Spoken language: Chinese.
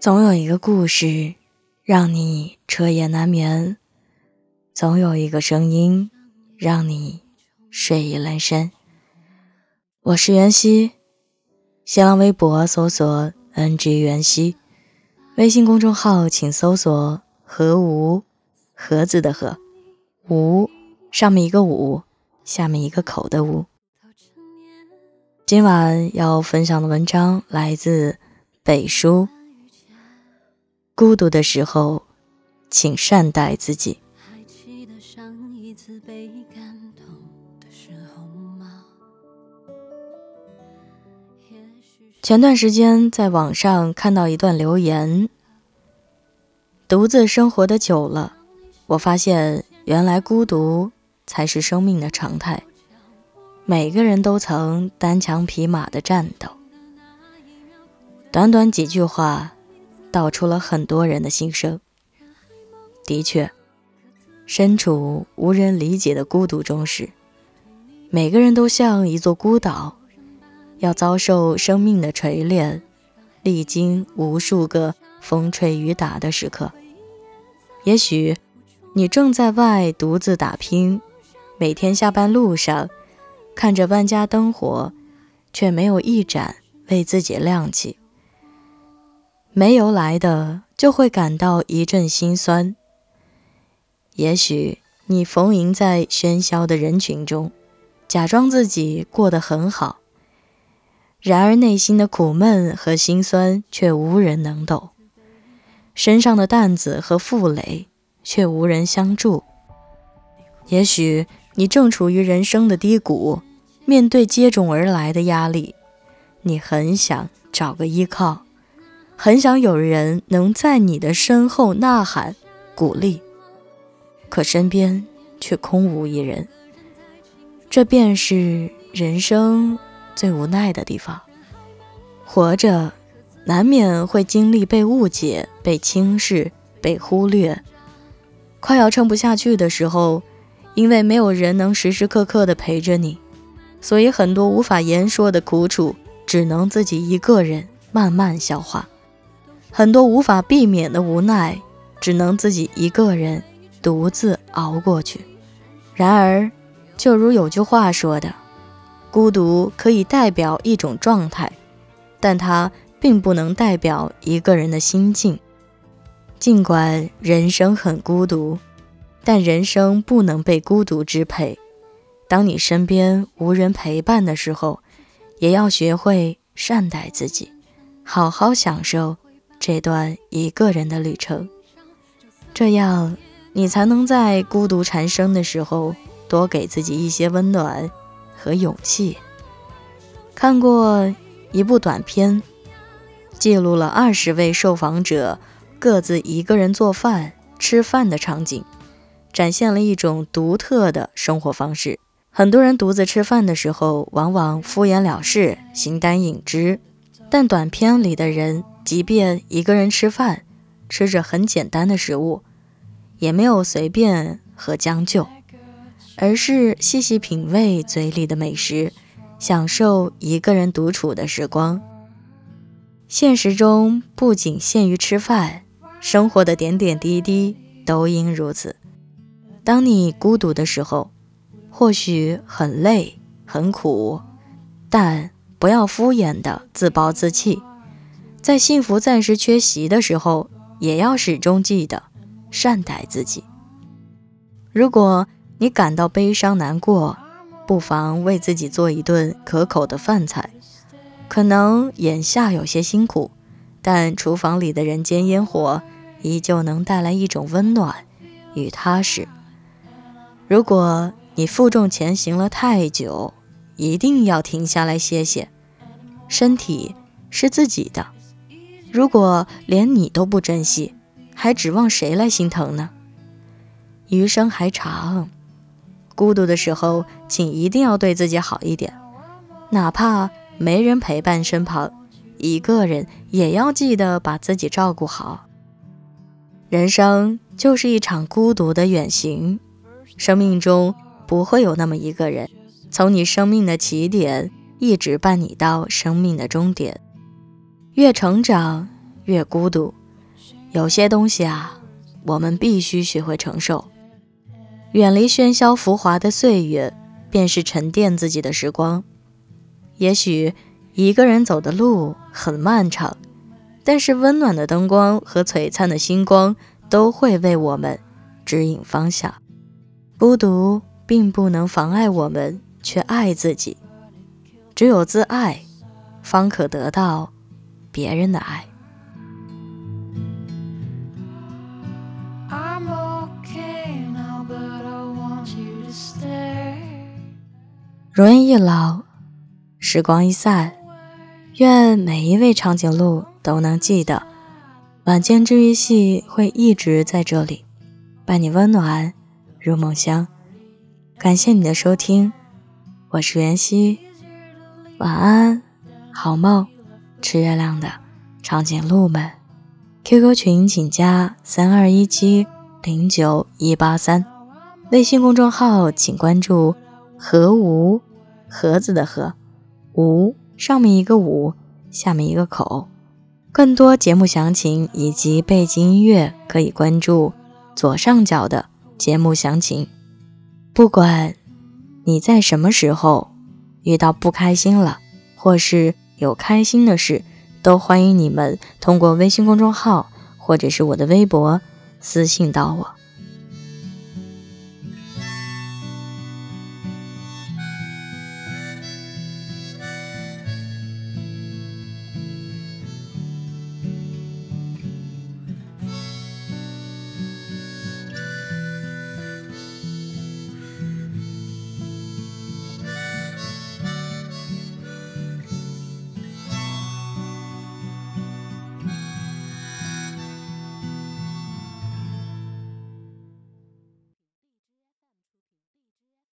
总有一个故事让你彻夜难眠，总有一个声音让你睡意阑珊。我是袁熙，新浪微博搜索 NG 袁熙，微信公众号请搜索何无，盒子的何，无上面一个五，下面一个口的无。今晚要分享的文章来自北书。孤独的时候，请善待自己。前段时间在网上看到一段留言，独自生活的久了，我发现原来孤独才是生命的常态。每个人都曾单枪匹马的战斗。短短几句话道出了很多人的心声。的确，身处无人理解的孤独中时，每个人都像一座孤岛，要遭受生命的锤炼，历经无数个风吹雨打的时刻。也许你正在外独自打拼，每天下班路上看着万家灯火，却没有一盏为自己亮起。没由来的就会感到一阵心酸。也许你逢迎在喧嚣的人群中，假装自己过得很好，然而内心的苦闷和心酸却无人能懂，身上的担子和负累却无人相助。也许你正处于人生的低谷，面对接踵而来的压力，你很想找个依靠，很想有人能在你的身后呐喊鼓励，可身边却空无一人。这便是人生最无奈的地方。活着难免会经历被误解、被轻视、被忽略，快要撑不下去的时候，因为没有人能时时刻刻地陪着你，所以很多无法言说的苦楚只能自己一个人慢慢消化，很多无法避免的无奈只能自己一个人独自熬过去。然而就如有句话说的，孤独可以代表一种状态，但它并不能代表一个人的心境。尽管人生很孤独，但人生不能被孤独支配。当你身边无人陪伴的时候，也要学会善待自己，好好享受这段一个人的旅程。这样你才能在孤独缠身的时候多给自己一些温暖和勇气。看过一部短片，记录了20位受访者各自一个人做饭吃饭的场景，展现了一种独特的生活方式。很多人独自吃饭的时候往往敷衍了事，形单影只，但短片里的人即便一个人吃饭，吃着很简单的食物，也没有随便和将就，而是细细品味嘴里的美食，享受一个人独处的时光。现实中不仅限于吃饭，生活的点点滴滴都应如此。当你孤独的时候，或许很累很苦，但不要敷衍的自暴自弃。在幸福暂时缺席的时候，也要始终记得善待自己。如果你感到悲伤难过，不妨为自己做一顿可口的饭菜。可能眼下有些辛苦，但厨房里的人间烟火依旧能带来一种温暖与踏实。如果你负重前行了太久，一定要停下来歇歇。身体是自己的，如果连你都不珍惜，还指望谁来心疼呢？余生还长，孤独的时候请一定要对自己好一点，哪怕没人陪伴身旁，一个人也要记得把自己照顾好。人生就是一场孤独的远行，生命中不会有那么一个人，从你生命的起点一直伴你到生命的终点。越成长， 越孤独。有些东西啊，我们必须学会承受。远离喧嚣浮华的岁月，便是沉淀自己的时光。也许一个人走的路很漫长，但是温暖的灯光和璀璨的星光都会为我们指引方向。孤独并不能妨碍我们去爱自己，只有自爱，方可得到别人的爱。容颜一老，时光一散，愿每一位长颈鹿都能记得，晚间治愈系会一直在这里，伴你温暖入梦乡。感谢你的收听，我是袁熙，晚安，好梦，吃月亮的长颈鹿们。QQ 群请加3217091183，微信公众号请关注和无，盒子的盒，无上面一个五，下面一个口。更多节目详情以及背景音乐可以关注左上角的节目详情。不管你在什么时候遇到不开心了，或是有开心的事，都欢迎你们通过微信公众号或者是我的微博私信到我。